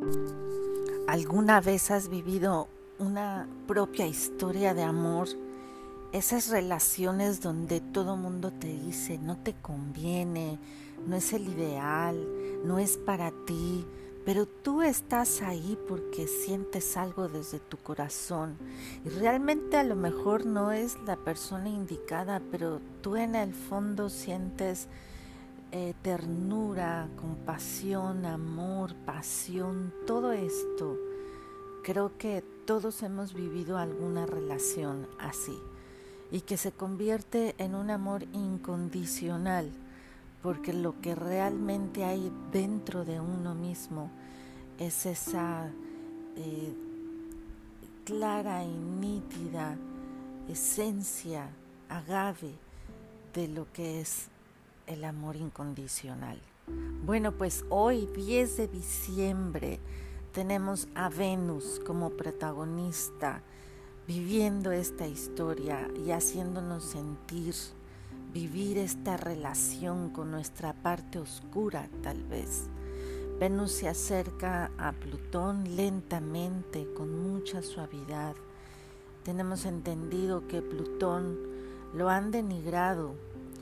¿Alguna vez has vivido una propia historia de amor? Esas relaciones donde todo mundo te dice no te conviene, no es el ideal, no es para ti, pero tú estás ahí porque sientes algo desde tu corazón y realmente a lo mejor no es la persona indicada, pero tú en el fondo sientes ternura, compasión, amor, pasión, todo esto. Creo que todos hemos vivido alguna relación así y que se convierte en un amor incondicional, porque lo que realmente hay dentro de uno mismo es esa eh, clara y nítida esencia agave de lo que es el amor incondicional. Bueno, pues hoy, 10 de diciembre, tenemos a Venus como protagonista, viviendo esta historia y haciéndonos sentir, vivir esta relación con nuestra parte oscura tal vez. Venus se acerca a Plutón lentamente, con mucha suavidad. Tenemos entendido que Plutón lo han denigrado,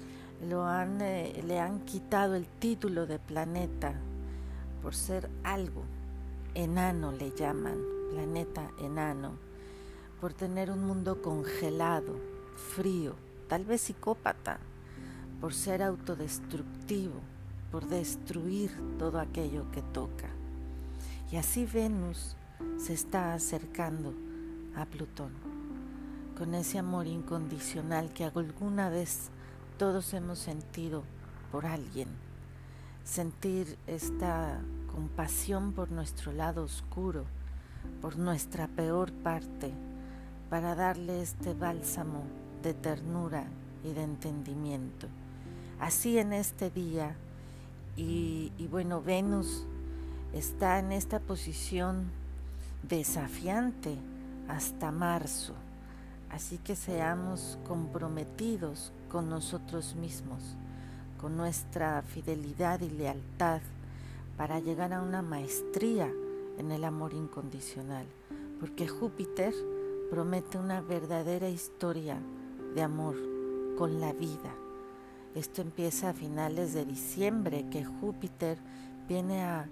le han quitado el título de planeta por ser algo enano, le llaman, planeta enano, por tener un mundo congelado, frío, tal vez psicópata, por ser autodestructivo, por destruir todo aquello que toca. Y así Venus se está acercando a Plutón, con ese amor incondicional que alguna vez todos hemos sentido por alguien. Sentir esta compasión por nuestro lado oscuro, por nuestra peor parte, para darle este bálsamo de ternura y de entendimiento. Así en este día, y bueno, Venus está en esta posición desafiante hasta marzo. Así que seamos comprometidos con nosotros mismos, con nuestra fidelidad y lealtad para llegar a una maestría en el amor incondicional, porque Júpiter promete una verdadera historia de amor con la vida. Esto empieza a finales de diciembre, que Júpiter viene a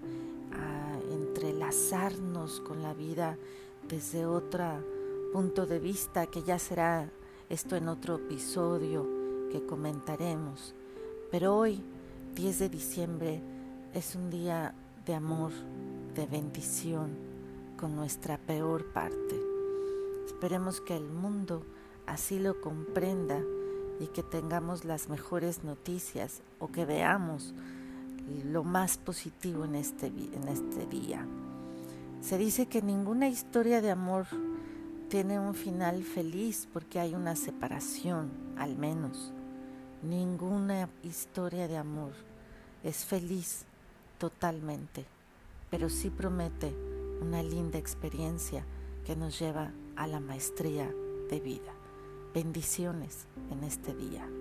entrelazarnos con la vida desde otro punto de vista, que ya será esto en otro episodio que comentaremos. Pero hoy, 10 de diciembre, es un día de amor, de bendición con nuestra peor parte. Esperemos que el mundo así lo comprenda y que tengamos las mejores noticias o que veamos lo más positivo en este día. Se dice que ninguna historia de amor tiene un final feliz porque hay una separación, al menos. Ninguna historia de amor es feliz totalmente, pero sí promete una linda experiencia que nos lleva a la maestría de vida. Bendiciones en este día.